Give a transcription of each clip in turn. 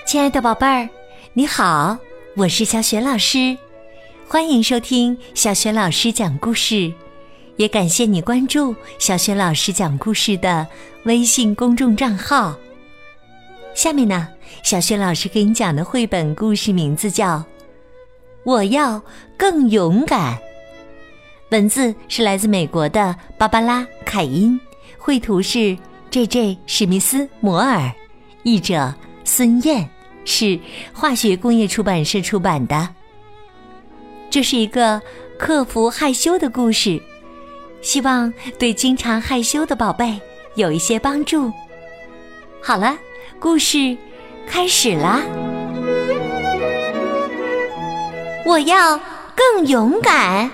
亲爱的宝贝儿，你好，我是小雪老师，欢迎收听小雪老师讲故事，也感谢你关注小雪老师讲故事的微信公众账号。下面呢，小雪老师给你讲的绘本故事名字叫《我要更勇敢》，文字是来自美国的芭芭拉·凯因，绘图是 J.J. 史密斯·摩尔，译者孙燕，是化学工业出版社出版的。这是一个克服害羞的故事，希望对经常害羞的宝贝有一些帮助。好了，故事开始啦！我要更勇敢。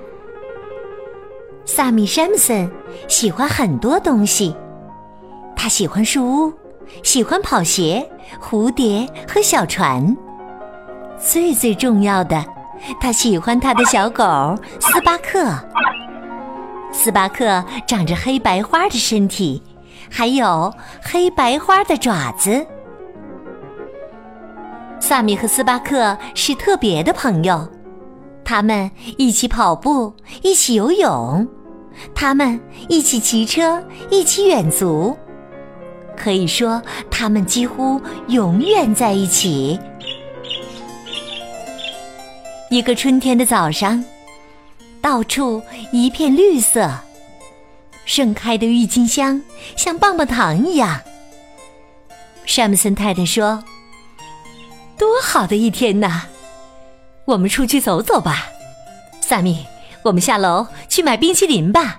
萨米·山姆森喜欢很多东西，他喜欢树屋，喜欢跑鞋、蝴蝶和小船。最重要的，他喜欢他的小狗斯巴克。斯巴克长着黑白花的身体，还有黑白花的爪子。萨米和斯巴克是特别的朋友，他们一起跑步，一起游泳，他们一起骑车，一起远足。可以说，他们几乎永远在一起。一个春天的早上，到处一片绿色，盛开的郁金香像棒棒糖一样。山姆森太太说：“多好的一天呐！我们出去走走吧。萨米，我们下楼去买冰淇淋吧。”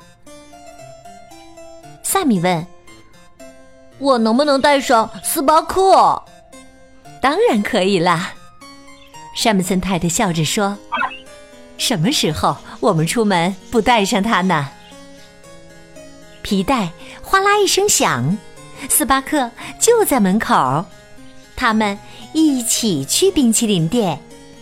萨米问：“我能不能带上斯巴克？”当然可以啦。山姆森太太笑着说：“什么时候我们出门不带上它呢？”皮带哗啦一声响，斯巴克就在门口，他们一起去冰淇淋店。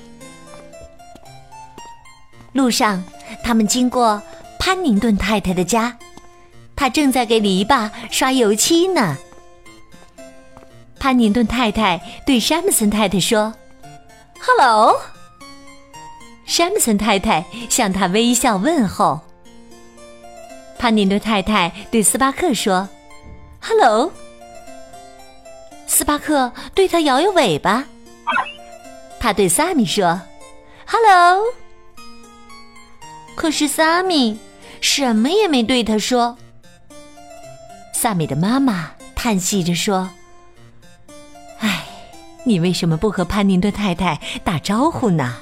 路上，他们经过潘宁顿太太的家，她正在给篱笆刷油漆呢。潘宁顿太太对山姆森太太说 ：“Hello。”山姆森太太向她微笑问候。潘宁顿太太对斯巴克说 ：“Hello。”斯巴克对他摇摇尾巴。他对萨米说 ：“Hello。”可是萨米什么也没对他说。萨米的妈妈叹息着说：“哎，你为什么不和潘宁顿太太打招呼呢？”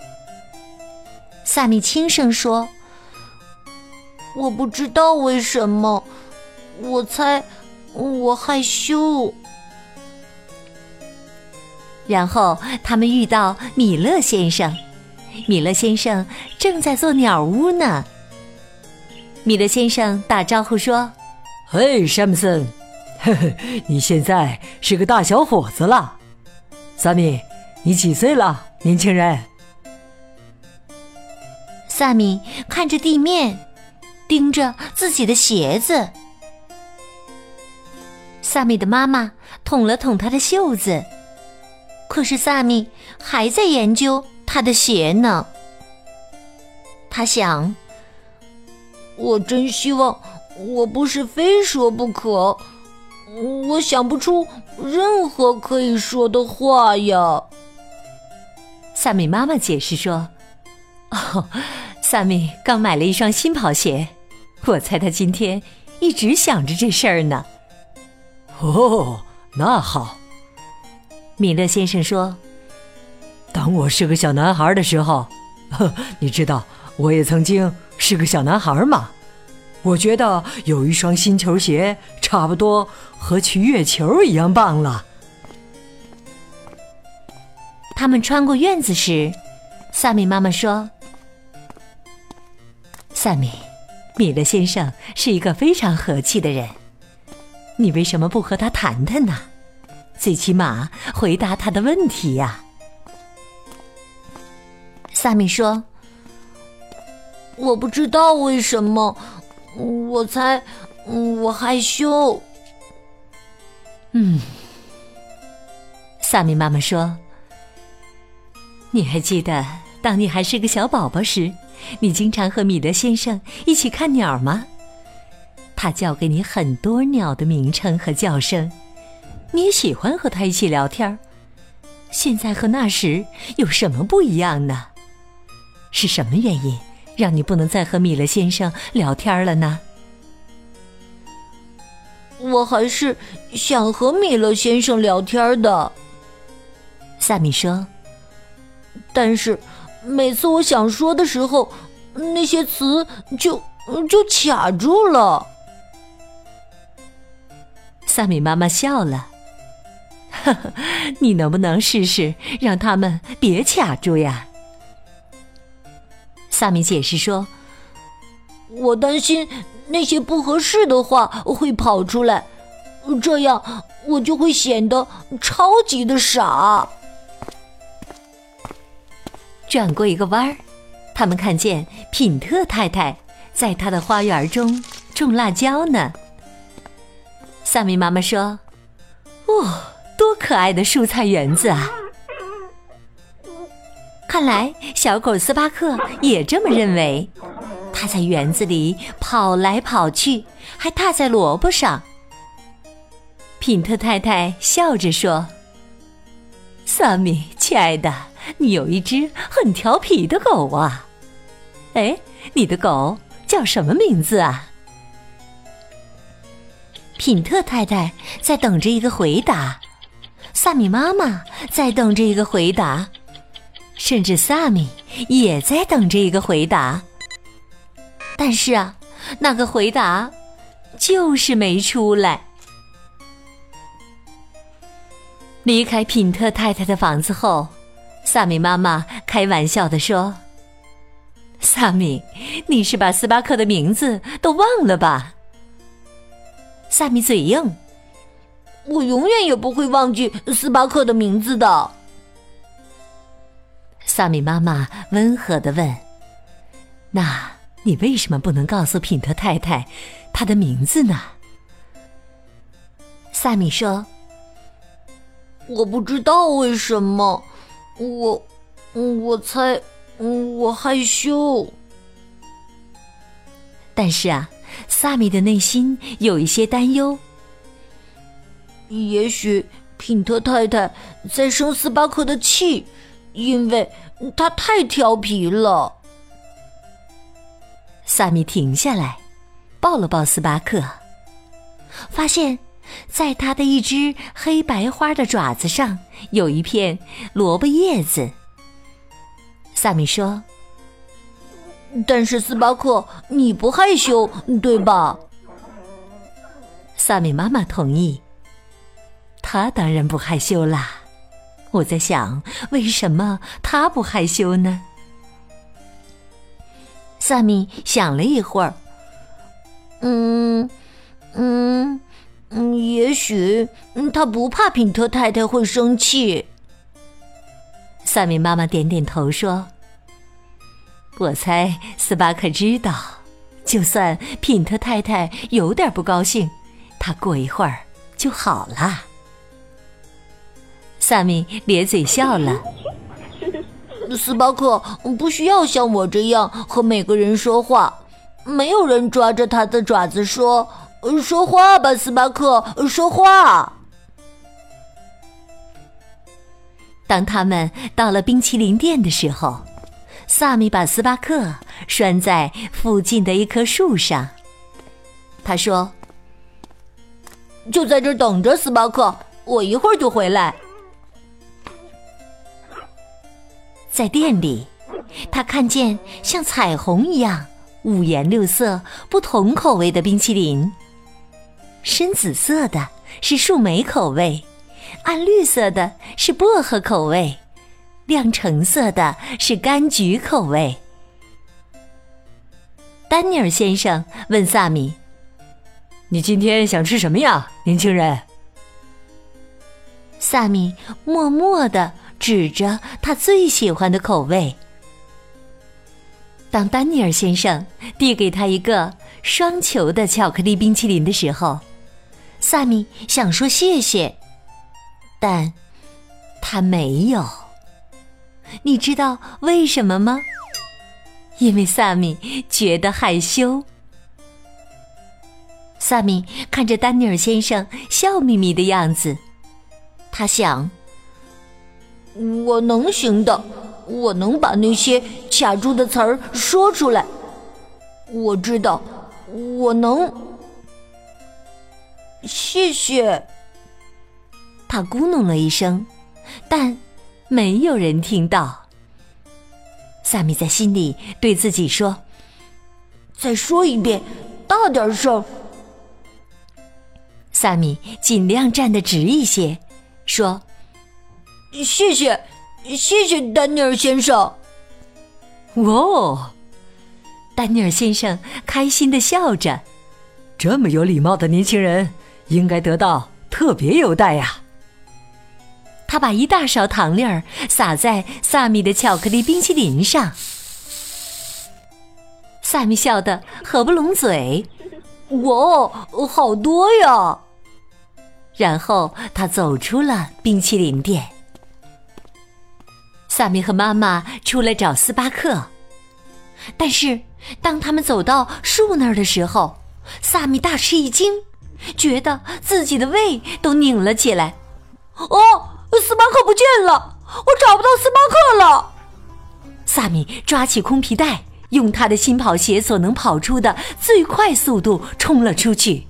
萨米轻声说：“我不知道为什么，我猜我害羞。”然后他们遇到米勒先生，米勒先生正在做鸟屋呢。米勒先生打招呼说：“ 嘿，山姆森，呵呵，你现在是个大小伙子了。萨米，你几岁了，年轻人？” 萨米看着地面，盯着自己的鞋子。萨米的妈妈捅了捅他的袖子，可是萨米还在研究他的鞋呢。他想，我真希望我不是非说不可，我想不出任何可以说的话呀。萨米妈妈解释说：“哦，萨米刚买了一双新跑鞋，我猜他今天一直想着这事儿呢。” 哦，那好。 米勒先生说：“ 当我是个小男孩的时候，你知道我也曾经是个小男孩嘛。我觉得有一双新球鞋差不多和去月球一样棒了。” 他们穿过院子时，萨米妈妈说：“萨米，米勒先生是一个非常和气的人，你为什么不和他谈谈呢？最起码回答他的问题呀。”萨米说：“我不知道为什么，我猜我害羞。” 萨米妈妈说：“你还记得当你还是个小宝宝时，你经常和米勒先生一起看鸟吗？他教给你很多鸟的名称和叫声，你也喜欢和他一起聊天。现在和那时有什么不一样呢？是什么原因让你不能再和米勒先生聊天了呢？” 我还是想和米勒先生聊天的， 萨米说。 但是每次我想说的时候，那些词就卡住了。 萨米妈妈笑了。呵呵，你能不能试试让他们别卡住呀？萨米解释说：“ 我担心那些不合适的话会跑出来，这样我就会显得超级的傻。” 转过一个弯儿，他们看见品特太太在她的花园中种辣椒呢。萨米妈妈说：“哦，多可爱的蔬菜园子啊！”看来小狗斯巴克也这么认为。他在园子里跑来跑去，还踏在萝卜上。品特太太笑着说：“萨米，亲爱的，你有一只很调皮的狗啊。哎，你的狗叫什么名字啊？”品特太太在等着一个回答，萨米妈妈在等着一个回答，甚至萨米也在等着一个回答。但是啊，那个回答就是没出来。离开品特太太的房子后，萨米妈妈开玩笑地说：“萨米，你是把斯巴克的名字都忘了吧？”萨米嘴硬：“ 我永远也不会忘记斯巴克的名字的。” 萨米妈妈温和地问：“那你为什么不能告诉品特太太她的名字呢？”萨米说：“ 我不知道为什么，我猜我害羞。” 但是啊，萨米的内心有一些担忧。 也许品特太太在生斯巴克的气，因为他太调皮了。 萨米停下来，抱了抱斯巴克，发现在他的一只黑白花的爪子上有一片萝卜叶子。萨米说：“ 但是斯巴克，你不害羞，对吧？” 萨米妈妈同意：“他当然不害羞啦。我在想，为什么他不害羞呢？”萨米想了一会儿， 也许他不怕品特太太会生气。 萨米妈妈点点头说：“我猜斯巴克知道，就算品特太太有点不高兴，他过一会儿就好了。”萨米咧嘴笑了。 斯巴克不需要像我这样和每个人说话，没有人抓着他的爪子说话吧，斯巴克，说话。 当他们到了冰淇淋店的时候，萨米把斯巴克拴在附近的一棵树上。他说：“ 就在这儿等着，斯巴克，我一会儿就回来。” 在店里，他看见像彩虹一样五颜六色、不同口味的冰淇淋。深紫色的是树莓口味，暗绿色的是薄荷口味，亮橙色的是柑橘口味。丹尼尔先生问萨米：“ 你今天想吃什么呀，年轻人？” 萨米默默地指着他最喜欢的口味。当丹尼尔先生递给他一个双球的巧克力冰淇淋的时候，萨米想说谢谢，但他没有。你知道为什么吗？因为萨米觉得害羞。萨米看着丹尼尔先生笑眯眯的样子，他想， 我能行的，我能把那些卡住的词儿说出来。我知道，我能。谢谢。 他咕哝了一声，但没有人听到。萨米在心里对自己说：“ 再说一遍，大点声。” 萨米尽量站得直一些，说：“ 谢谢，谢谢丹尼尔先生。” 哦，丹尼尔先生开心地笑着。 这么有礼貌的年轻人，应该得到特别优待呀。 他把一大勺糖粒儿撒在萨米的巧克力冰淇淋上。萨米笑得合不拢嘴， 哇，好多呀！ 然后他走出了冰淇淋店。萨米和妈妈出来找斯巴克，但是当他们走到树那儿的时候，萨米大吃一惊，觉得自己的胃都拧了起来。 哦，斯巴克不见了，我找不到斯巴克了。 萨米抓起空皮带，用他的新跑鞋所能跑出的最快速度冲了出去。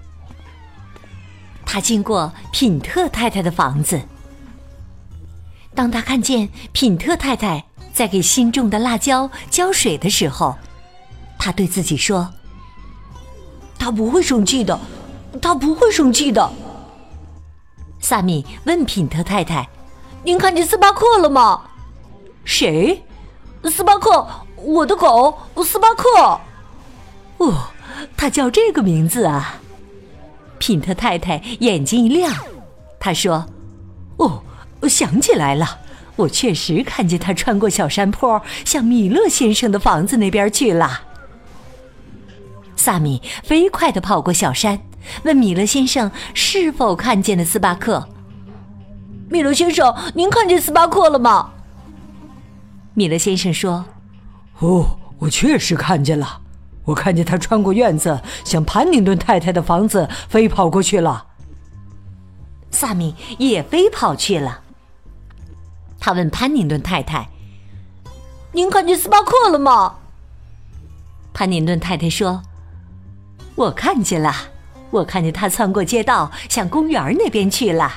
他经过品特太太的房子。当他看见品特太太在给新种的辣椒浇水的时候，他对自己说：“ 他不会生气的，他不会生气的。” 萨米问品特太太：“ 您看见斯巴克了吗？”“ 谁？”“ 斯巴克，我的狗，斯巴克。”“ 哦，他叫这个名字啊。”品特太太眼睛一亮，她说：“哦，我想起来了，我确实看见他穿过小山坡，向米勒先生的房子那边去了。”萨米飞快地跑过小山，问米勒先生是否看见了斯巴克。 “米勒先生，您看见斯巴克了吗？” 米勒先生说：“ 哦，我确实看见了，我看见他穿过院子，向潘宁顿太太的房子飞跑过去了。” 萨米也飞跑去了。他问潘宁顿太太：“ 您看见斯巴克了吗？” 潘宁顿太太说：“我看见了，我看见他穿过街道，向公园那边去了。”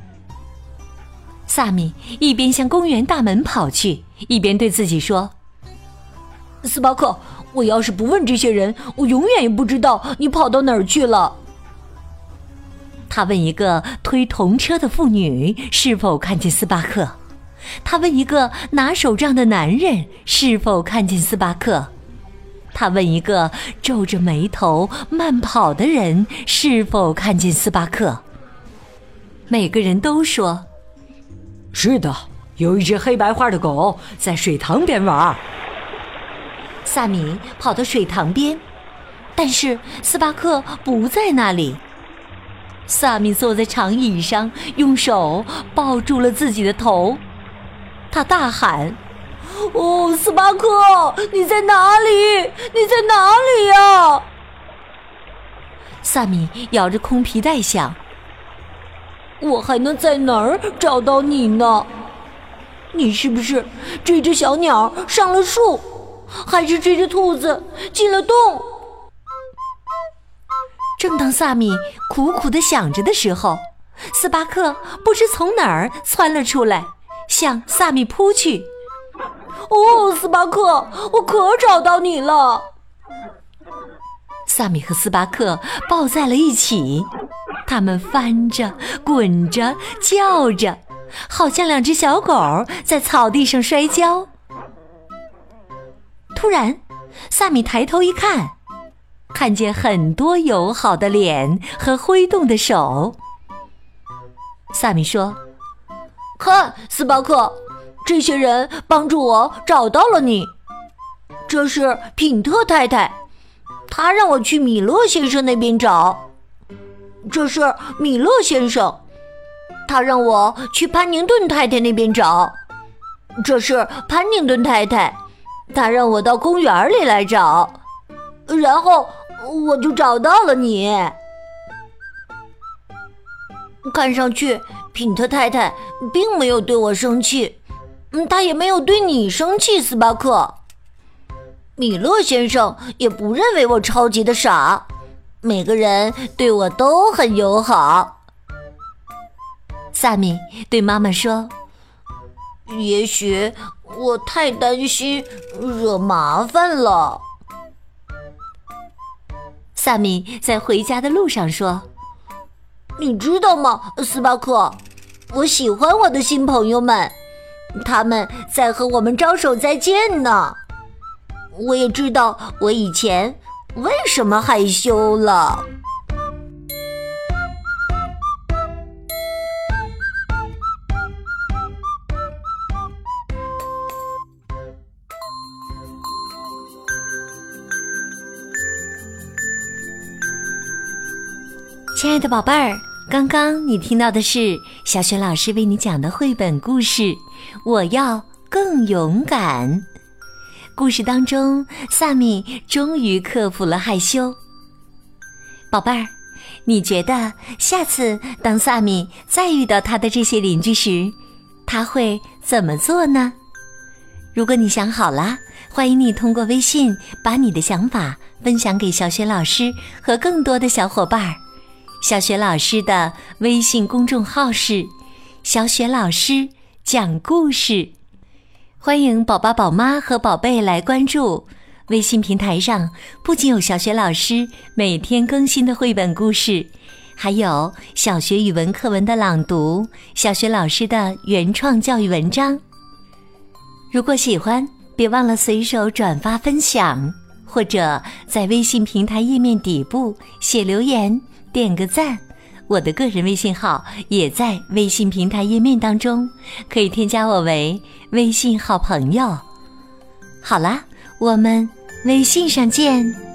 萨米一边向公园大门跑去，一边对自己说：“ 斯巴克，我要是不问这些人，我永远也不知道你跑到哪儿去了。” 他问一个推童车的妇女是否看见斯巴克，他问一个拿手杖的男人是否看见斯巴克，他问一个皱着眉头慢跑的人是否看见斯巴克。每个人都说：“ 是的，有一只黑白花的狗在水塘边玩。” 萨米跑到水塘边，但是斯巴克不在那里。萨米坐在长椅上，用手抱住了自己的头。他大喊：“ 哦，斯巴克，你在哪里？你在哪里呀？” 萨米摇着空皮带想：“ 我还能在哪儿找到你呢？你是不是追着小鸟上了树，还是追着兔子进了洞？” 正当萨米苦苦地想着的时候，斯巴克不知从哪儿窜了出来，向萨米扑去。 “哦，斯巴克，我可找到你了！” 萨米和斯巴克抱在了一起，他们翻着、滚着、叫着，好像两只小狗在草地上摔跤。突然，萨米抬头一看，看见很多友好的脸和挥动的手。萨米说：“ 看，斯巴克，这些人帮助我找到了你。这是品特太太，她让我去米勒先生那边找。这是米勒先生， 他让我去潘宁顿太太那边找。这是潘宁顿太太，她让我到公园里来找，然后我就找到了你。看上去品特太太并没有对我生气，她也没有对你生气，斯巴克。米勒先生也不认为我超级的傻，每个人对我都很友好。 萨米对妈妈说： 也许我太担心惹麻烦了。 萨米在回家的路上说： 你知道吗，斯巴克，我喜欢我的新朋友们，他们在和我们招手再见呢。我也知道我以前为什么害羞了。 亲爱的宝贝儿，刚刚你听到的是小雪老师为你讲的绘本故事《我要更勇敢》。故事当中，萨米终于克服了害羞。宝贝儿，你觉得下次当萨米再遇到他的这些邻居时，他会怎么做呢？如果你想好了，欢迎你通过微信把你的想法分享给小雪老师和更多的小伙伴。小雪老师的微信公众号是小雪老师讲故事，欢迎宝宝、宝妈和宝贝来关注。微信平台上不仅有小雪老师每天更新的绘本故事，还有小学语文课文的朗读，小雪老师的原创教育文章。如果喜欢，别忘了随手转发分享，或者在微信平台页面底部写留言点个赞，我的个人微信号也在微信平台页面当中，可以添加我为微信好朋友。好啦，我们微信上见。